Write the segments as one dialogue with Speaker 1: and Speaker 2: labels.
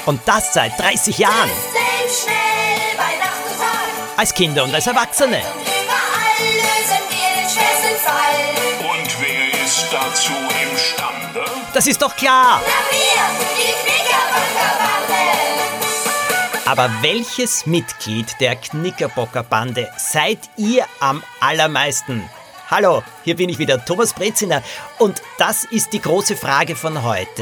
Speaker 1: Und das seit 30 Jahren.
Speaker 2: Schnell bei Nacht und Tag.
Speaker 1: Als Kinder und als Erwachsene.
Speaker 2: Überall lösen wir den schwersten Fall.
Speaker 3: Und wer ist dazu imstande?
Speaker 1: Das ist doch klar.
Speaker 2: Na wir, die Knickerbockerbande.
Speaker 1: Aber welches Mitglied der Knickerbockerbande seid ihr am allermeisten? Hallo, hier bin ich wieder, Thomas Breziner. Und das ist die große Frage von heute.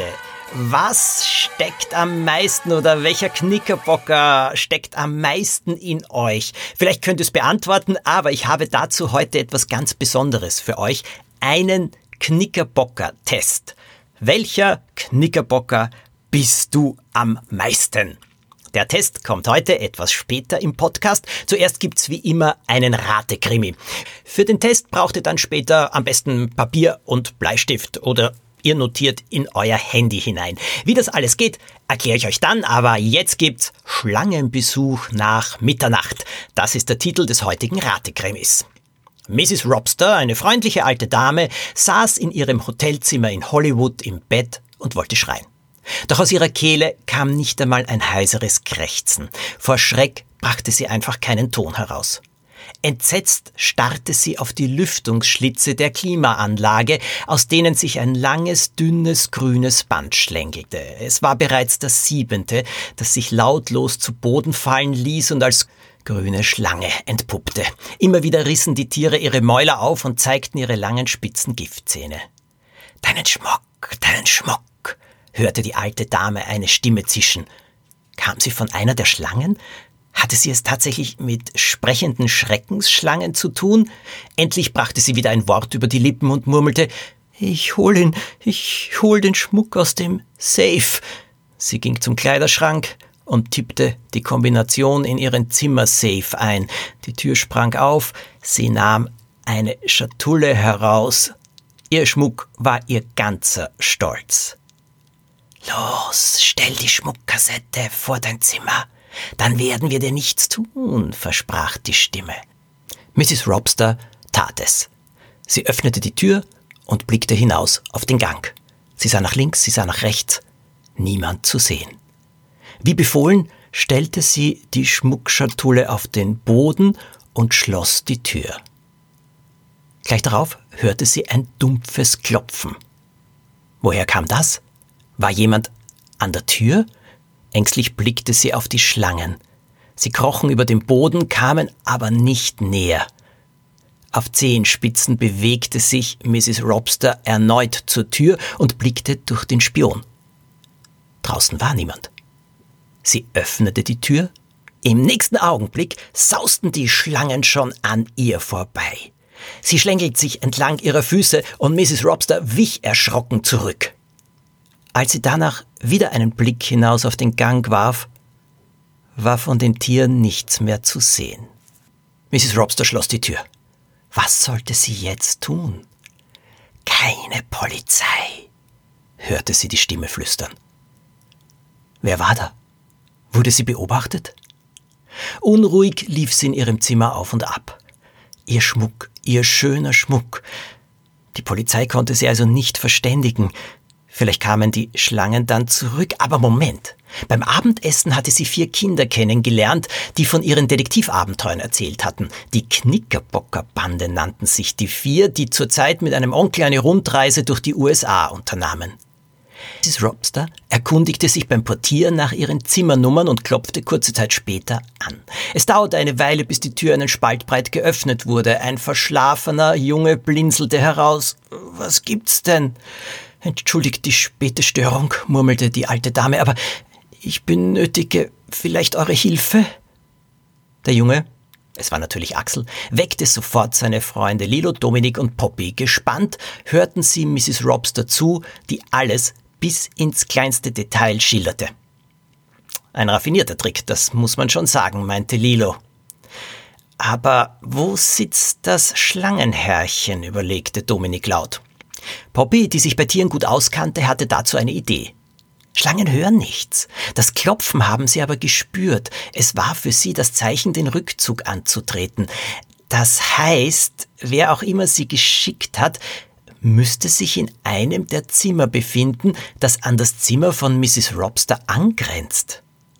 Speaker 1: Was steckt am meisten oder welcher Knickerbocker steckt am meisten in euch? Vielleicht könnt ihr es beantworten, aber ich habe dazu heute etwas ganz Besonderes für euch. Einen Knickerbocker-Test. Welcher Knickerbocker bist du am meisten? Der Test kommt heute etwas später im Podcast. Zuerst gibt's wie immer einen Ratekrimi. Für den Test braucht ihr dann später am besten Papier und Bleistift oder ihr notiert in euer Handy hinein. Wie das alles geht, erkläre ich euch dann, aber jetzt gibt's Schlangenbesuch nach Mitternacht. Das ist der Titel des heutigen Ratekrimis. Mrs. Robster, eine freundliche alte Dame, saß in ihrem Hotelzimmer in Hollywood im Bett und wollte schreien. Doch aus ihrer Kehle kam nicht einmal ein heiseres Krächzen. Vor Schreck brachte sie einfach keinen Ton heraus. Entsetzt starrte sie auf die Lüftungsschlitze der Klimaanlage, aus denen sich ein langes, dünnes, grünes Band schlängelte. Es war bereits das 7., das sich lautlos zu Boden fallen ließ und als grüne Schlange entpuppte. Immer wieder rissen die Tiere ihre Mäuler auf und zeigten ihre langen, spitzen Giftzähne. »Deinen Schmuck«, hörte die alte Dame eine Stimme zischen. Kam sie von einer der Schlangen? Hatte sie es tatsächlich mit sprechenden Schreckensschlangen zu tun? Endlich brachte sie wieder ein Wort über die Lippen und murmelte, Ich hol den Schmuck aus dem Safe. Sie ging zum Kleiderschrank und tippte die Kombination in ihren Zimmersafe ein. Die Tür sprang auf, sie nahm eine Schatulle heraus. Ihr Schmuck war ihr ganzer Stolz. »Los, stell die Schmuckkassette vor dein Zimmer. Dann werden wir dir nichts tun«, versprach die Stimme. Mrs. Robster tat es. Sie öffnete die Tür und blickte hinaus auf den Gang. Sie sah nach links, sie sah nach rechts. Niemand zu sehen. Wie befohlen, stellte sie die Schmuckschatulle auf den Boden und schloss die Tür. Gleich darauf hörte sie ein dumpfes Klopfen. Woher kam das? War jemand an der Tür? Ängstlich blickte sie auf die Schlangen. Sie krochen über den Boden, kamen aber nicht näher. Auf Zehenspitzen bewegte sich Mrs. Robster erneut zur Tür und blickte durch den Spion. Draußen war niemand. Sie öffnete die Tür. Im nächsten Augenblick sausten die Schlangen schon an ihr vorbei. Sie schlängelt sich entlang ihrer Füße und Mrs. Robster wich erschrocken zurück. Als sie danach wieder einen Blick hinaus auf den Gang warf, war von den Tieren nichts mehr zu sehen. Mrs. Robster schloss die Tür. Was sollte sie jetzt tun? »Keine Polizei«, hörte sie die Stimme flüstern. Wer war da? Wurde sie beobachtet? Unruhig lief sie in ihrem Zimmer auf und ab. Ihr Schmuck, ihr schöner Schmuck. Die Polizei konnte sie also nicht verständigen. Vielleicht kamen die Schlangen dann zurück, aber Moment. Beim Abendessen hatte sie 4 Kinder kennengelernt, die von ihren Detektivabenteuern erzählt hatten. Die Knickerbockerbande nannten sich die 4, die zurzeit mit einem Onkel eine Rundreise durch die USA unternahmen. Mrs. Robster erkundigte sich beim Portier nach ihren Zimmernummern und klopfte kurze Zeit später an. Es dauerte eine Weile, bis die Tür einen Spalt breit geöffnet wurde. Ein verschlafener Junge blinzelte heraus. »Was gibt's denn?« »Entschuldigt die späte Störung«, murmelte die alte Dame, »aber ich benötige vielleicht eure Hilfe?« Der Junge, es war natürlich Axel, weckte sofort seine Freunde Lilo, Dominik und Poppy. Gespannt hörten sie Mrs. Robster zu, die alles bis ins kleinste Detail schilderte. »Ein raffinierter Trick, das muss man schon sagen«, meinte Lilo. »Aber wo sitzt das Schlangenherrchen?«, überlegte Dominik laut. Poppy, die sich bei Tieren gut auskannte, hatte dazu eine Idee. Schlangen hören nichts. Das Klopfen haben sie aber gespürt. Es war für sie das Zeichen, den Rückzug anzutreten. Das heißt, wer auch immer sie geschickt hat, müsste sich in einem der Zimmer befinden, das an das Zimmer von Mrs. Robster angrenzt.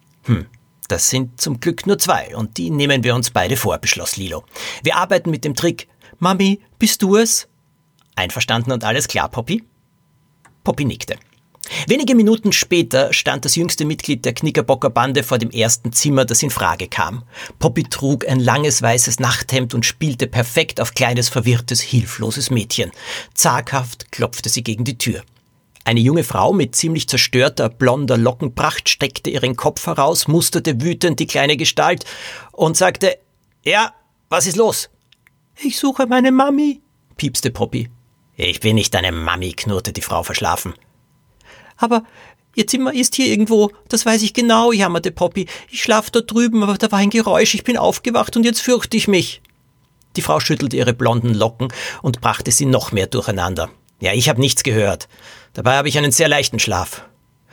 Speaker 1: Das sind zum Glück nur 2 und die nehmen wir uns beide vor, beschloss Lilo. Wir arbeiten mit dem Trick. Mami, bist du es? Einverstanden und alles klar, Poppy? Poppy nickte. Wenige Minuten später stand das jüngste Mitglied der Knickerbocker-Bande vor dem ersten Zimmer, das in Frage kam. Poppy trug ein langes weißes Nachthemd und spielte perfekt auf kleines, verwirrtes, hilfloses Mädchen. Zaghaft klopfte sie gegen die Tür. Eine junge Frau mit ziemlich zerstörter, blonder Lockenpracht steckte ihren Kopf heraus, musterte wütend die kleine Gestalt und sagte, »Ja, was ist los?« »Ich suche meine Mami«, piepste Poppy. »Ich bin nicht deine Mami«, knurrte die Frau verschlafen. »Aber Ihr Zimmer ist hier irgendwo, das weiß ich genau«, jammerte Poppy. »Ich schlaf dort drüben, aber da war ein Geräusch, ich bin aufgewacht und jetzt fürchte ich mich.« Die Frau schüttelte ihre blonden Locken und brachte sie noch mehr durcheinander. »Ja, ich habe nichts gehört. Dabei habe ich einen sehr leichten Schlaf.«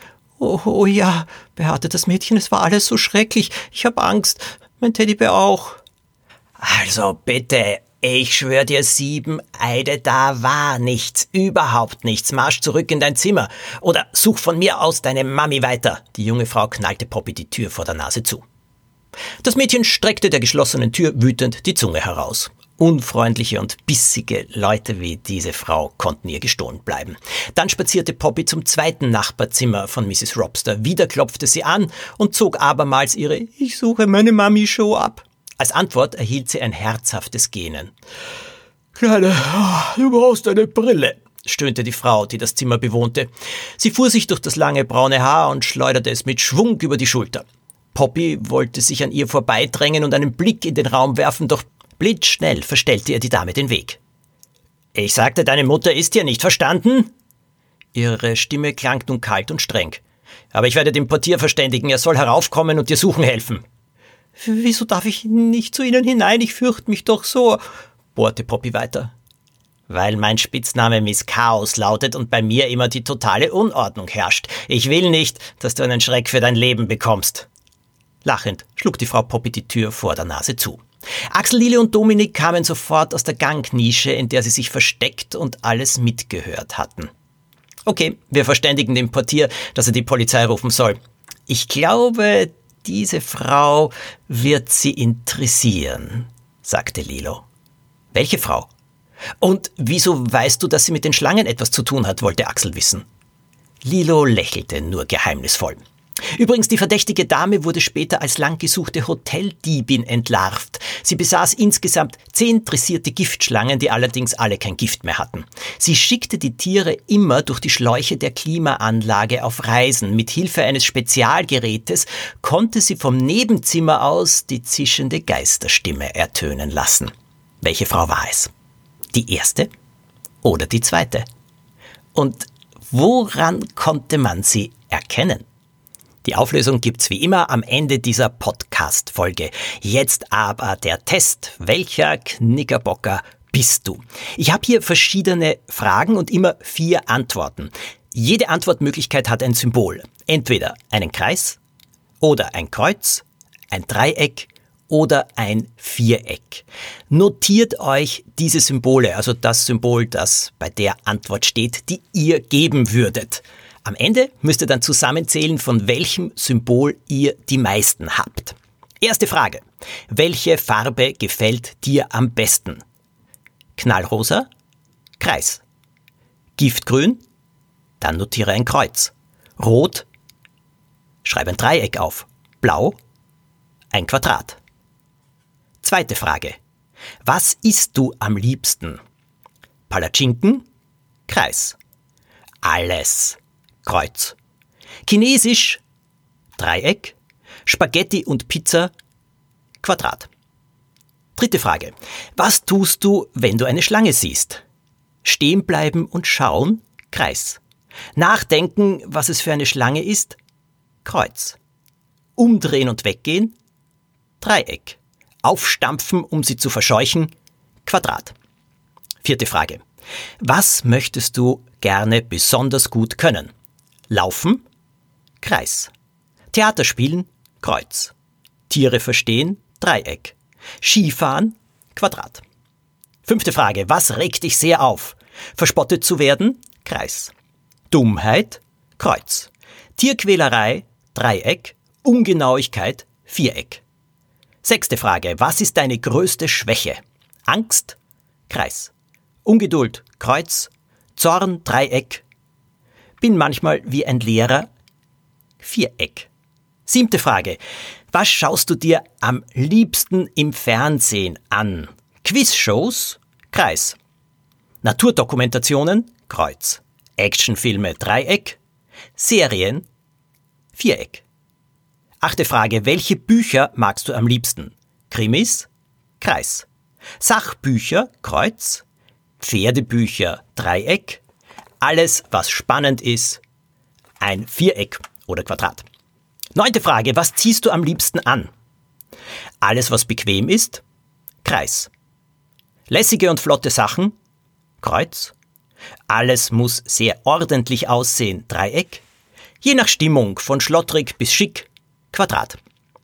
Speaker 1: Oh ja«, beharrte das Mädchen, »es war alles so schrecklich. Ich habe Angst. Mein Teddybär auch.« »Also bitte, ich schwör dir 7 Eide, da war nichts, überhaupt nichts. Marsch zurück in dein Zimmer oder such von mir aus deine Mami weiter.« Die junge Frau knallte Poppy die Tür vor der Nase zu. Das Mädchen streckte der geschlossenen Tür wütend die Zunge heraus. Unfreundliche und bissige Leute wie diese Frau konnten ihr gestohlen bleiben. Dann spazierte Poppy zum zweiten Nachbarzimmer von Mrs. Robster. Wieder klopfte sie an und zog abermals ihre »Ich suche meine Mami«-Show ab. Als Antwort erhielt sie ein herzhaftes Gähnen. »Kleine, du brauchst eine Brille«, stöhnte die Frau, die das Zimmer bewohnte. Sie fuhr sich durch das lange braune Haar und schleuderte es mit Schwung über die Schulter. Poppy wollte sich an ihr vorbeidrängen und einen Blick in den Raum werfen, doch blitzschnell verstellte ihr die Dame den Weg. »Ich sagte, deine Mutter ist hier nicht, verstanden?« Ihre Stimme klang nun kalt und streng. »Aber ich werde den Portier verständigen, er soll heraufkommen und dir suchen helfen.« »Wieso darf ich nicht zu Ihnen hinein? Ich fürchte mich doch so«, bohrte Poppy weiter. »Weil mein Spitzname Miss Chaos lautet und bei mir immer die totale Unordnung herrscht. Ich will nicht, dass du einen Schreck für dein Leben bekommst.« Lachend schlug die Frau Poppy die Tür vor der Nase zu. Axel, Lili und Dominik kamen sofort aus der Gangnische, in der sie sich versteckt und alles mitgehört hatten. »Okay, wir verständigen den Portier, dass er die Polizei rufen soll. Ich glaube, diese Frau wird sie interessieren«, sagte Lilo. »Welche Frau? Und wieso weißt du, dass sie mit den Schlangen etwas zu tun hat?«, wollte Axel wissen. Lilo lächelte nur geheimnisvoll. Übrigens, die verdächtige Dame wurde später als lang gesuchte Hoteldiebin entlarvt. Sie besaß insgesamt 10 dressierte Giftschlangen, die allerdings alle kein Gift mehr hatten. Sie schickte die Tiere immer durch die Schläuche der Klimaanlage auf Reisen. Mit Hilfe eines Spezialgerätes konnte sie vom Nebenzimmer aus die zischende Geisterstimme ertönen lassen. Welche Frau war es? Die erste oder die zweite? Und woran konnte man sie erkennen? Die Auflösung gibt's wie immer am Ende dieser Podcast-Folge. Jetzt aber der Test. Welcher Knickerbocker bist du? Ich habe hier verschiedene Fragen und immer 4 Antworten. Jede Antwortmöglichkeit hat ein Symbol. Entweder einen Kreis oder ein Kreuz, ein Dreieck oder ein Viereck. Notiert euch diese Symbole, also das Symbol, das bei der Antwort steht, die ihr geben würdet. Am Ende müsst ihr dann zusammenzählen, von welchem Symbol ihr die meisten habt. Erste Frage. Welche Farbe gefällt dir am besten? Knallrosa? Kreis. Giftgrün? Dann notiere ein Kreuz. Rot? Schreib ein Dreieck auf. Blau? Ein Quadrat. Zweite Frage. Was isst du am liebsten? Palatschinken? Kreis. Alles. Kreuz. Chinesisch, Dreieck, Spaghetti und Pizza, Quadrat. Dritte Frage. Was tust du, wenn du eine Schlange siehst? Stehen bleiben und schauen, Kreis. Nachdenken, was es für eine Schlange ist, Kreuz. Umdrehen und weggehen, Dreieck. Aufstampfen, um sie zu verscheuchen, Quadrat. Vierte Frage. Was möchtest du gerne besonders gut können? Laufen, Kreis. Theater spielen, Kreuz. Tiere verstehen, Dreieck. Skifahren, Quadrat. Fünfte Frage. Was regt dich sehr auf? Verspottet zu werden? Kreis. Dummheit? Kreuz. Tierquälerei? Dreieck. Ungenauigkeit? Viereck. 6. Frage. Was ist deine größte Schwäche? Angst? Kreis. Ungeduld? Kreuz. Zorn? Dreieck. Bin manchmal wie ein Lehrer? Viereck. 7. Frage. Was schaust du dir am liebsten im Fernsehen an? Quizshows? Kreis. Naturdokumentationen? Kreuz. Actionfilme? Dreieck. Serien? Viereck. 8. Frage. Welche Bücher magst du am liebsten? Krimis? Kreis. Sachbücher? Kreuz. Pferdebücher? Dreieck. Alles, was spannend ist? Ein Viereck oder Quadrat. 9. Frage. Was ziehst du am liebsten an? Alles, was bequem ist? Kreis. Lässige und flotte Sachen? Kreuz. Alles muss sehr ordentlich aussehen? Dreieck. Je nach Stimmung, von schlottrig bis schick? Quadrat.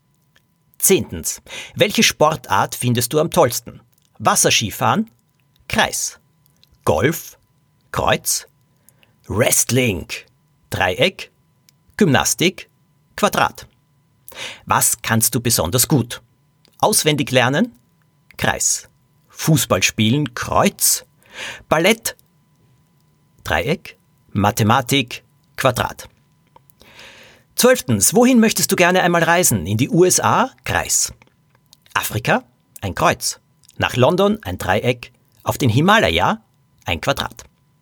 Speaker 1: 10. Welche Sportart findest du am tollsten? Wasserskifahren? Kreis. Golf? Kreuz. Wrestling? Dreieck. Gymnastik? Quadrat. Was kannst du besonders gut? Auswendig lernen? Kreis. Fußball spielen? Kreuz. Ballett? Dreieck. Mathematik? Quadrat. 12. Wohin möchtest du gerne einmal reisen? In die USA? Kreis. Afrika? Ein Kreuz. Nach London? Ein Dreieck. Auf den Himalaya? Ein Quadrat.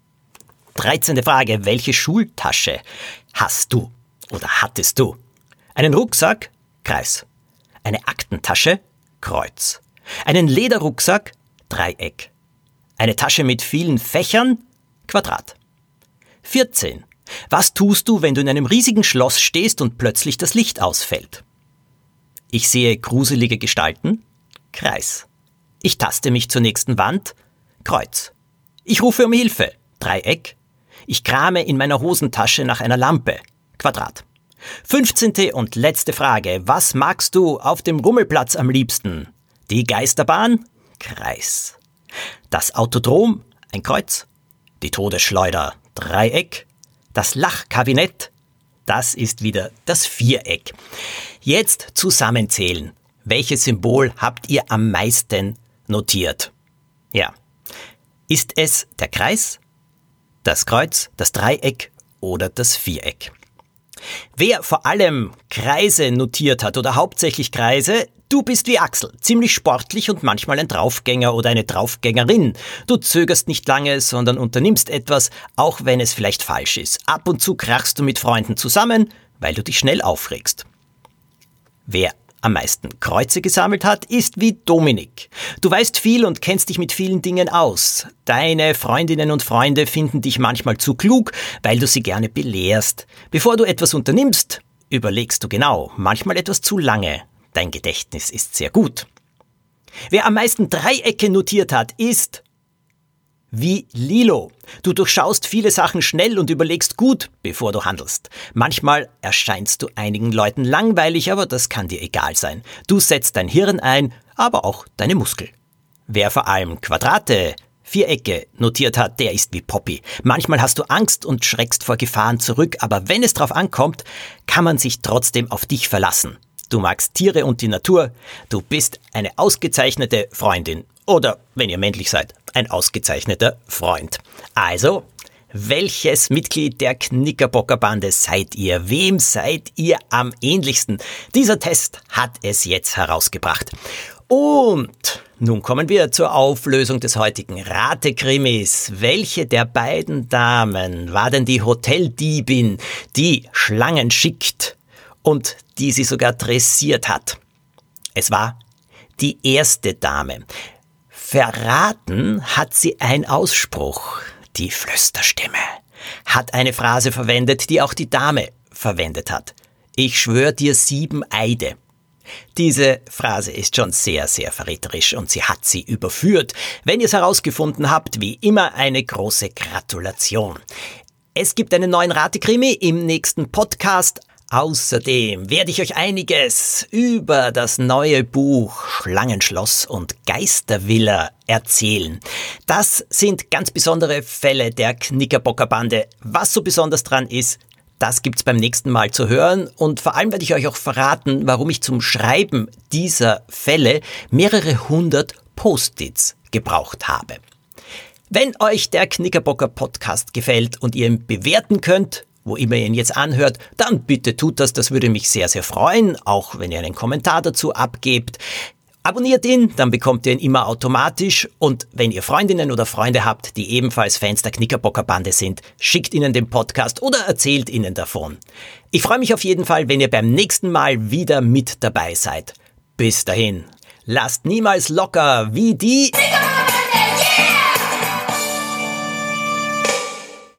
Speaker 1: 13. Frage. Welche Schultasche hast du oder hattest du? Einen Rucksack? Kreis. Eine Aktentasche? Kreuz. Einen Lederrucksack? Dreieck. Eine Tasche mit vielen Fächern? Quadrat. 14. Was tust du, wenn du in einem riesigen Schloss stehst und plötzlich das Licht ausfällt? Ich sehe gruselige Gestalten? Kreis. Ich taste mich zur nächsten Wand? Kreuz. Ich rufe um Hilfe? Dreieck. Ich krame in meiner Hosentasche nach einer Lampe? Quadrat. 15. und letzte Frage. Was magst du auf dem Rummelplatz am liebsten? Die Geisterbahn? Kreis. Das Autodrom? Ein Kreuz. Die Todesschleuder? Dreieck. Das Lachkabinett? Das ist wieder das Viereck. Jetzt zusammenzählen. Welches Symbol habt ihr am meisten notiert? Ja. Ist es der Kreis, das Kreuz, das Dreieck oder das Viereck? Wer vor allem Kreise notiert hat oder hauptsächlich Kreise, du bist wie Axel, ziemlich sportlich und manchmal ein Draufgänger oder eine Draufgängerin. Du zögerst nicht lange, sondern unternimmst etwas, auch wenn es vielleicht falsch ist. Ab und zu krachst du mit Freunden zusammen, weil du dich schnell aufregst. Wer am meisten Kreuze gesammelt hat, ist wie Dominik. Du weißt viel und kennst dich mit vielen Dingen aus. Deine Freundinnen und Freunde finden dich manchmal zu klug, weil du sie gerne belehrst. Bevor du etwas unternimmst, überlegst du genau, manchmal etwas zu lange. Dein Gedächtnis ist sehr gut. Wer am meisten Dreiecke notiert hat, ist wie Lilo. Du durchschaust viele Sachen schnell und überlegst gut, bevor du handelst. Manchmal erscheinst du einigen Leuten langweilig, aber das kann dir egal sein. Du setzt dein Hirn ein, aber auch deine Muskeln. Wer vor allem Quadrate, Vierecke notiert hat, der ist wie Poppy. Manchmal hast du Angst und schreckst vor Gefahren zurück, aber wenn es drauf ankommt, kann man sich trotzdem auf dich verlassen. Du magst Tiere und die Natur, du bist eine ausgezeichnete Freundin. Oder, wenn ihr männlich seid, ein ausgezeichneter Freund. Also, welches Mitglied der Knickerbocker-Bande seid ihr? Wem seid ihr am ähnlichsten? Dieser Test hat es jetzt herausgebracht. Und nun kommen wir zur Auflösung des heutigen Ratekrimis. Welche der beiden Damen war denn die Hoteldiebin, die Schlangen schickt und die sie sogar dressiert hat? Es war die erste Dame. Verraten hat sie ein Ausspruch. Die Flüsterstimme hat eine Phrase verwendet, die auch die Dame verwendet hat. Ich schwör dir 7 Eide. Diese Phrase ist schon sehr, sehr verräterisch und sie hat sie überführt. Wenn ihr es herausgefunden habt, wie immer eine große Gratulation. Es gibt einen neuen Ratekrimi im nächsten Podcast. Außerdem werde ich euch einiges über das neue Buch Schlangenschloss und Geistervilla erzählen. Das sind ganz besondere Fälle der Knickerbocker Bande. Was so besonders dran ist, das gibt's beim nächsten Mal zu hören und vor allem werde ich euch auch verraten, warum ich zum Schreiben dieser Fälle mehrere hundert Post-its gebraucht habe. Wenn euch der Knickerbocker Podcast gefällt und ihr ihn bewerten könnt, wo immer ihr ihn jetzt anhört, dann bitte tut das, das würde mich sehr, sehr freuen, auch wenn ihr einen Kommentar dazu abgebt. Abonniert ihn, dann bekommt ihr ihn immer automatisch und wenn ihr Freundinnen oder Freunde habt, die ebenfalls Fans der Knickerbocker Bande sind, schickt ihnen den Podcast oder erzählt ihnen davon. Ich freue mich auf jeden Fall, wenn ihr beim nächsten Mal wieder mit dabei seid. Bis dahin, lasst niemals locker wie die